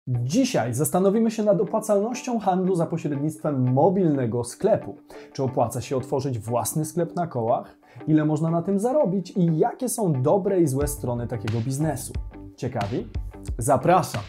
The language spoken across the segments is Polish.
Dzisiaj zastanowimy się nad opłacalnością handlu za pośrednictwem mobilnego sklepu. Czy opłaca się otworzyć własny sklep na kołach? Ile można na tym zarobić i jakie są dobre i złe strony takiego biznesu? Ciekawi? Zapraszam!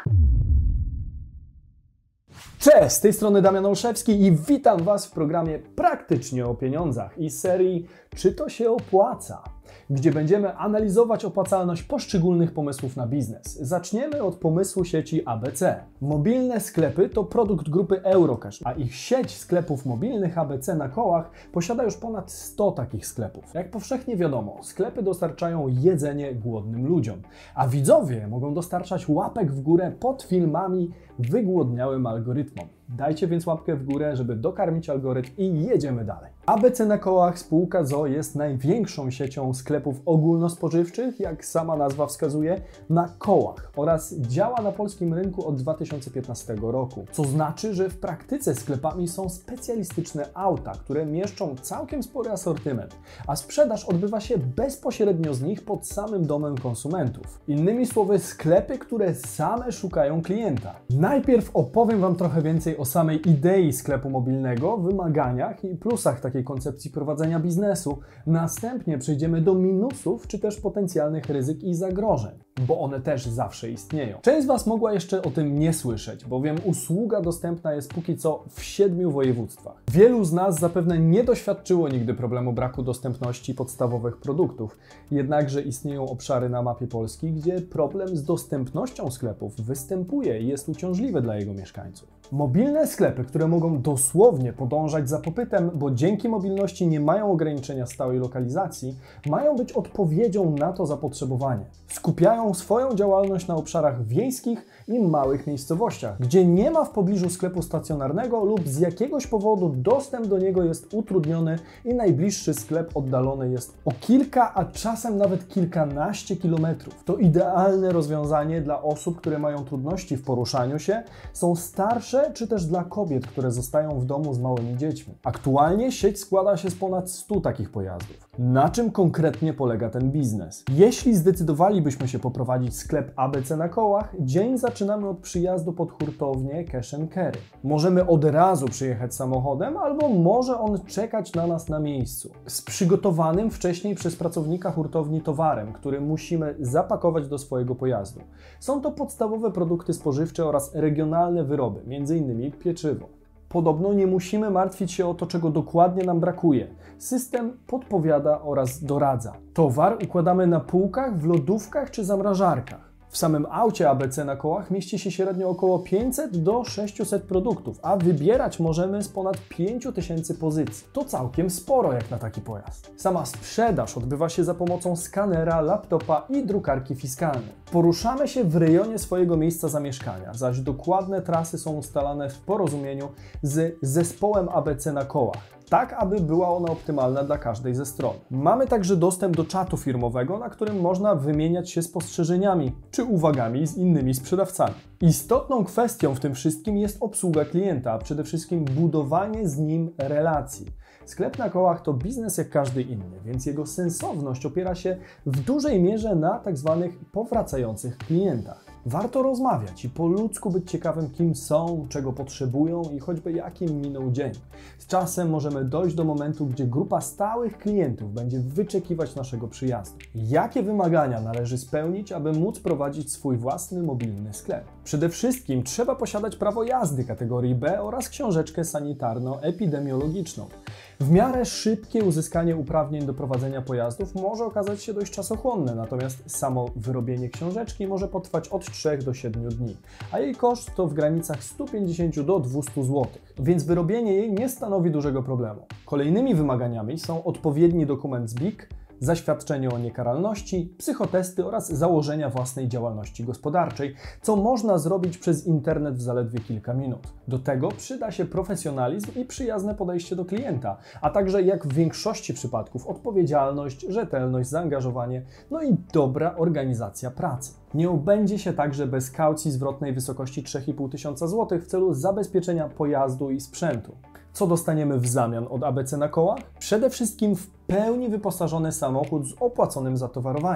Cześć, z tej strony Damian Olszewski i witam Was w programie Praktycznie o pieniądzach i serii Czy to się opłaca? Gdzie będziemy analizować opłacalność poszczególnych pomysłów na biznes. Zaczniemy od pomysłu sieci ABC. Mobilne sklepy to produkt grupy Eurocash, a ich sieć sklepów mobilnych ABC na kołach posiada już ponad 100 takich sklepów. Jak powszechnie wiadomo, sklepy dostarczają jedzenie głodnym ludziom, a widzowie mogą dostarczać łapek w górę pod filmami wygłodniałym algorytmom. Dajcie więc łapkę w górę, żeby dokarmić algorytm i jedziemy dalej. ABC na kołach spółka ZOO jest największą siecią sklepów ogólnospożywczych, jak sama nazwa wskazuje, na kołach oraz działa na polskim rynku od 2015 roku. Co znaczy, że w praktyce sklepami są specjalistyczne auta, które mieszczą całkiem spory asortyment, a sprzedaż odbywa się bezpośrednio z nich pod samym domem konsumentów. Innymi słowy, sklepy, które same szukają klienta. Najpierw opowiem Wam trochę więcej o samej idei sklepu mobilnego, wymaganiach i plusach takiej koncepcji prowadzenia biznesu. Następnie przejdziemy do minusów, czy też potencjalnych ryzyk i zagrożeń, bo one też zawsze istnieją. Część z Was mogła jeszcze o tym nie słyszeć, bowiem usługa dostępna jest póki co w 7 województwach. Wielu z nas zapewne nie doświadczyło nigdy problemu braku dostępności podstawowych produktów, jednakże istnieją obszary na mapie Polski, gdzie problem z dostępnością sklepów występuje i jest uciążliwy dla jego mieszkańców. Mobilne sklepy, które mogą dosłownie podążać za popytem, bo dzięki mobilności nie mają ograniczenia stałej lokalizacji, mają być odpowiedzią na to zapotrzebowanie. Skupiają swoją działalność na obszarach wiejskich i małych miejscowościach, gdzie nie ma w pobliżu sklepu stacjonarnego lub z jakiegoś powodu dostęp do niego jest utrudniony i najbliższy sklep oddalony jest o kilka, a czasem nawet kilkanaście kilometrów. To idealne rozwiązanie dla osób, które mają trudności w poruszaniu się, są starsze, czy też dla kobiet, które zostają w domu z małymi dziećmi. Aktualnie sieć składa się z ponad 100 takich pojazdów. Na czym konkretnie polega ten biznes? Jeśli zdecydowalibyśmy się poprowadzić sklep ABC na kołach, dzień zaczynamy od przyjazdu pod hurtownię Cash & Carry. Możemy od razu przyjechać samochodem, albo może on czekać na nas na miejscu, z przygotowanym wcześniej przez pracownika hurtowni towarem, który musimy zapakować do swojego pojazdu. Są to podstawowe produkty spożywcze oraz regionalne wyroby, m.in. pieczywo. Podobno nie musimy martwić się o to, czego dokładnie nam brakuje. System podpowiada oraz doradza. Towar układamy na półkach, w lodówkach czy zamrażarkach. W samym aucie ABC na kołach mieści się średnio około 500 do 600 produktów, a wybierać możemy z ponad 5000 pozycji. To całkiem sporo jak na taki pojazd. Sama sprzedaż odbywa się za pomocą skanera, laptopa i drukarki fiskalnej. Poruszamy się w rejonie swojego miejsca zamieszkania, zaś dokładne trasy są ustalane w porozumieniu z zespołem ABC na kołach, tak aby była ona optymalna dla każdej ze stron. Mamy także dostęp do czatu firmowego, na którym można wymieniać się spostrzeżeniami czy uwagami z innymi sprzedawcami. Istotną kwestią w tym wszystkim jest obsługa klienta, a przede wszystkim budowanie z nim relacji. Sklep na kołach to biznes jak każdy inny, więc jego sensowność opiera się w dużej mierze na tzw. powracających klientach. Warto rozmawiać i po ludzku być ciekawym, kim są, czego potrzebują i choćby jakim minął dzień. Z czasem możemy dojść do momentu, gdzie grupa stałych klientów będzie wyczekiwać naszego przyjazdu. Jakie wymagania należy spełnić, aby móc prowadzić swój własny mobilny sklep? Przede wszystkim trzeba posiadać prawo jazdy kategorii B oraz książeczkę sanitarno-epidemiologiczną. W miarę szybkie uzyskanie uprawnień do prowadzenia pojazdów może okazać się dość czasochłonne, natomiast samo wyrobienie książeczki może potrwać od 3 do 7 dni, a jej koszt to w granicach 150 do 200 zł, więc wyrobienie jej nie stanowi dużego problemu. Kolejnymi wymaganiami są odpowiedni dokument z BIK, zaświadczenie o niekaralności, psychotesty oraz założenia własnej działalności gospodarczej, co można zrobić przez internet w zaledwie kilka minut. Do tego przyda się profesjonalizm i przyjazne podejście do klienta, a także jak w większości przypadków odpowiedzialność, rzetelność, zaangażowanie, no i dobra organizacja pracy. Nie obędzie się także bez kaucji zwrotnej w wysokości 3500 zł w celu zabezpieczenia pojazdu i sprzętu. Co dostaniemy w zamian od ABC na kołach? Przede wszystkim w pełni wyposażony samochód z opłaconym zatowarowaniem.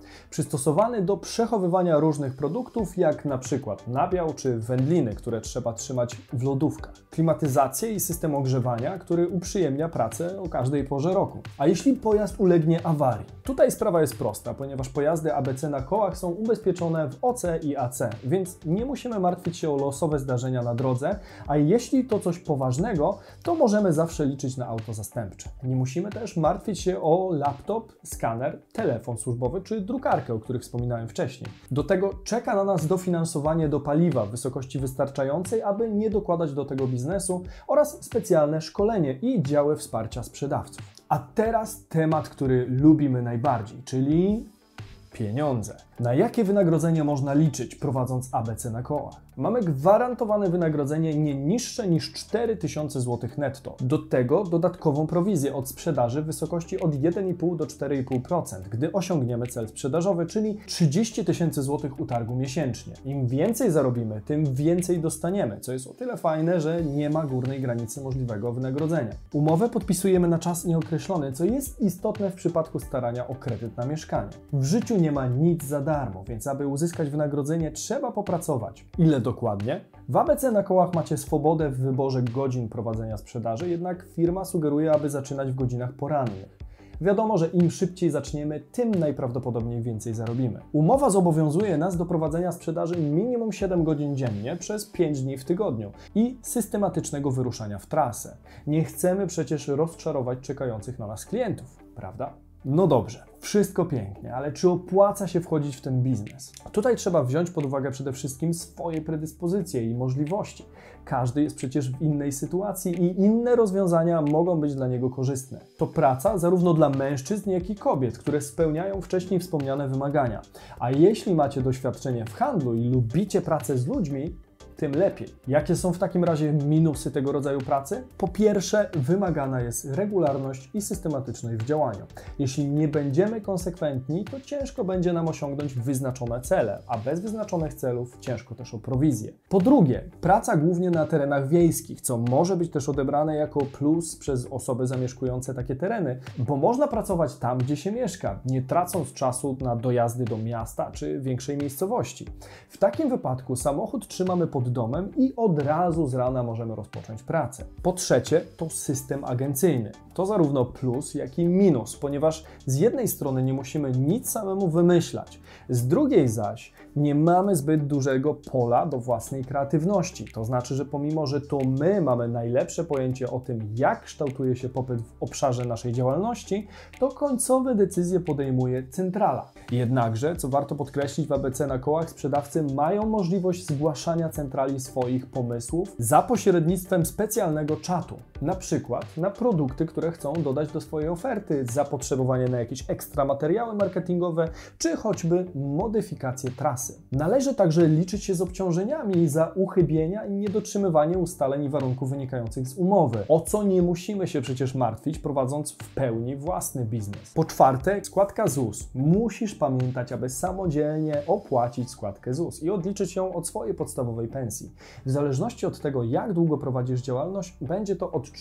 przystosowany do przechowywania różnych produktów, jak na przykład nabiał czy wędliny, które trzeba trzymać w lodówkach, klimatyzację i system ogrzewania, który uprzyjemnia pracę o każdej porze roku. A jeśli pojazd ulegnie awarii? Tutaj sprawa jest prosta, ponieważ pojazdy ABC na kołach są ubezpieczone w OC i AC, więc nie musimy martwić się o losowe zdarzenia na drodze, a jeśli to coś poważnego, to możemy zawsze liczyć na auto zastępcze. Nie musimy też martwić się o laptop, skaner, telefon służbowy czy drukarkę, o których wspominałem wcześniej. Do tego czeka na nas dofinansowanie do paliwa w wysokości wystarczającej, aby nie dokładać do tego biznesu, oraz specjalne szkolenie i działy wsparcia sprzedawców. A teraz temat, który lubimy najbardziej, czyli pieniądze. Na jakie wynagrodzenie można liczyć, prowadząc ABC na kołach? Mamy gwarantowane wynagrodzenie nie niższe niż 4000 zł netto. Do tego dodatkową prowizję od sprzedaży w wysokości od 1,5 do 4,5%, gdy osiągniemy cel sprzedażowy, czyli 30 000 zł utargu miesięcznie. Im więcej zarobimy, tym więcej dostaniemy, co jest o tyle fajne, że nie ma górnej granicy możliwego wynagrodzenia. Umowę podpisujemy na czas nieokreślony, co jest istotne w przypadku starania o kredyt na mieszkanie. W życiu nie ma nic za darmo, więc aby uzyskać wynagrodzenie, trzeba popracować. Ile dokładnie? W ABC na kołach macie swobodę w wyborze godzin prowadzenia sprzedaży, jednak firma sugeruje, aby zaczynać w godzinach porannych. Wiadomo, że im szybciej zaczniemy, tym najprawdopodobniej więcej zarobimy. Umowa zobowiązuje nas do prowadzenia sprzedaży minimum 7 godzin dziennie przez 5 dni w tygodniu i systematycznego wyruszania w trasę. Nie chcemy przecież rozczarować czekających na nas klientów, prawda? No dobrze, wszystko pięknie, ale czy opłaca się wchodzić w ten biznes? Tutaj trzeba wziąć pod uwagę przede wszystkim swoje predyspozycje i możliwości. Każdy jest przecież w innej sytuacji i inne rozwiązania mogą być dla niego korzystne. To praca zarówno dla mężczyzn, jak i kobiet, które spełniają wcześniej wspomniane wymagania. A jeśli macie doświadczenie w handlu i lubicie pracę z ludźmi, tym lepiej. Jakie są w takim razie minusy tego rodzaju pracy? Po pierwsze, wymagana jest regularność i systematyczność w działaniu. Jeśli nie będziemy konsekwentni, to ciężko będzie nam osiągnąć wyznaczone cele, a bez wyznaczonych celów ciężko też o prowizję. Po drugie, praca głównie na terenach wiejskich, co może być też odebrane jako plus przez osoby zamieszkujące takie tereny, bo można pracować tam, gdzie się mieszka, nie tracąc czasu na dojazdy do miasta czy większej miejscowości. W takim wypadku samochód trzymamy pod domem i od razu z rana możemy rozpocząć pracę. Po trzecie, to system agencyjny. To zarówno plus, jak i minus, ponieważ z jednej strony nie musimy nic samemu wymyślać, z drugiej zaś nie mamy zbyt dużego pola do własnej kreatywności. To znaczy, że pomimo, że to my mamy najlepsze pojęcie o tym, jak kształtuje się popyt w obszarze naszej działalności, to końcowe decyzje podejmuje centrala. Jednakże, co warto podkreślić, w ABC na kołach sprzedawcy mają możliwość zgłaszania centrali swoich pomysłów za pośrednictwem specjalnego czatu. Na przykład na produkty, które chcą dodać do swojej oferty, zapotrzebowanie na jakieś ekstra materiały marketingowe, czy choćby modyfikację trasy. Należy także liczyć się z obciążeniami za uchybienia i niedotrzymywanie ustaleń i warunków wynikających z umowy, o co nie musimy się przecież martwić, prowadząc w pełni własny biznes. Po czwarte, składka ZUS. Musisz pamiętać, aby samodzielnie opłacić składkę ZUS i odliczyć ją od swojej podstawowej pensji. W zależności od tego, jak długo prowadzisz działalność, będzie to od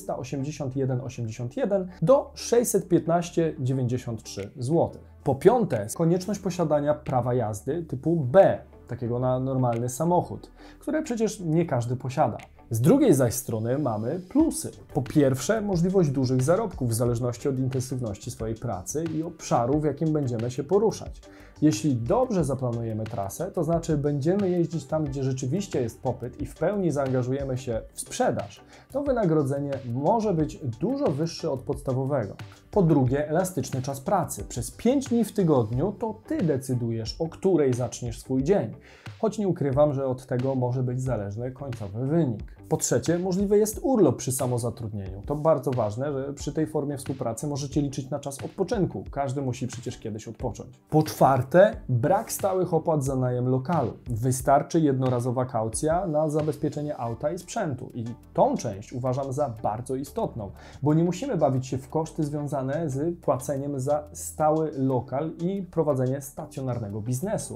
381,81 do 615,93 zł. Po piąte, konieczność posiadania prawa jazdy typu B, takiego na normalny samochód, które przecież nie każdy posiada. Z drugiej zaś strony mamy plusy. Po pierwsze, możliwość dużych zarobków w zależności od intensywności swojej pracy i obszaru, w jakim będziemy się poruszać. Jeśli dobrze zaplanujemy trasę, to znaczy będziemy jeździć tam, gdzie rzeczywiście jest popyt i w pełni zaangażujemy się w sprzedaż, to wynagrodzenie może być dużo wyższe od podstawowego. Po drugie, elastyczny czas pracy. Przez 5 dni w tygodniu to Ty decydujesz, o której zaczniesz swój dzień. Choć nie ukrywam, że od tego może być zależny końcowy wynik. Po trzecie, możliwy jest urlop przy samozatrudnieniu. To bardzo ważne, że przy tej formie współpracy możecie liczyć na czas odpoczynku. Każdy musi przecież kiedyś odpocząć. Po czwarte, brak stałych opłat za najem lokalu. Wystarczy jednorazowa kaucja na zabezpieczenie auta i sprzętu. I tą część uważam za bardzo istotną, bo nie musimy bawić się w koszty związane z płaceniem za stały lokal i prowadzenie stacjonarnego biznesu.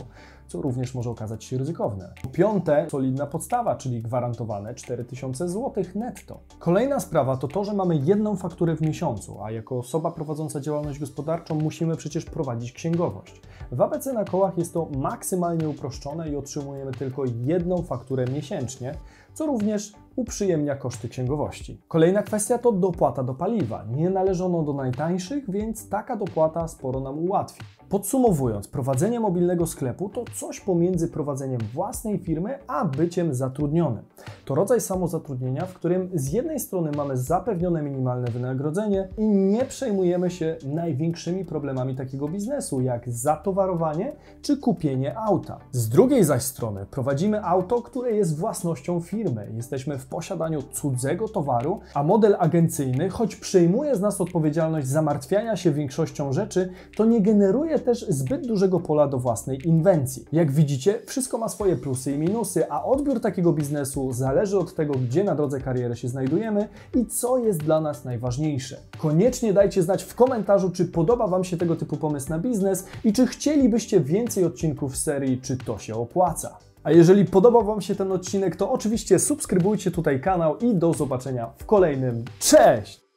co również może okazać się ryzykowne. Po piąte, solidna podstawa, czyli gwarantowane 4000 zł netto. Kolejna sprawa to to, że mamy jedną fakturę w miesiącu, a jako osoba prowadząca działalność gospodarczą musimy przecież prowadzić księgowość. W ABC na kołach jest to maksymalnie uproszczone i otrzymujemy tylko jedną fakturę miesięcznie, co również uprzyjemnia koszty księgowości. Kolejna kwestia to dopłata do paliwa. Nie należy ono do najtańszych, więc taka dopłata sporo nam ułatwi. Podsumowując, prowadzenie mobilnego sklepu to coś pomiędzy prowadzeniem własnej firmy a byciem zatrudnionym. To rodzaj samozatrudnienia, w którym z jednej strony mamy zapewnione minimalne wynagrodzenie i nie przejmujemy się największymi problemami takiego biznesu, jak zatowarowanie czy kupienie auta. Z drugiej zaś strony prowadzimy auto, które jest własnością firmy. Jesteśmy w posiadaniu cudzego towaru, a model agencyjny, choć przejmuje z nas odpowiedzialność zamartwiania się większością rzeczy, to nie generuje też zbyt dużego pola do własnej inwencji. Jak widzicie, wszystko ma swoje plusy i minusy, a odbiór takiego biznesu zależy od tego, gdzie na drodze kariery się znajdujemy i co jest dla nas najważniejsze. Koniecznie dajcie znać w komentarzu, czy podoba Wam się tego typu pomysł na biznes i czy chcielibyście więcej odcinków z serii Czy to się opłaca? A jeżeli podobał Wam się ten odcinek, to oczywiście subskrybujcie tutaj kanał i do zobaczenia w kolejnym. Cześć!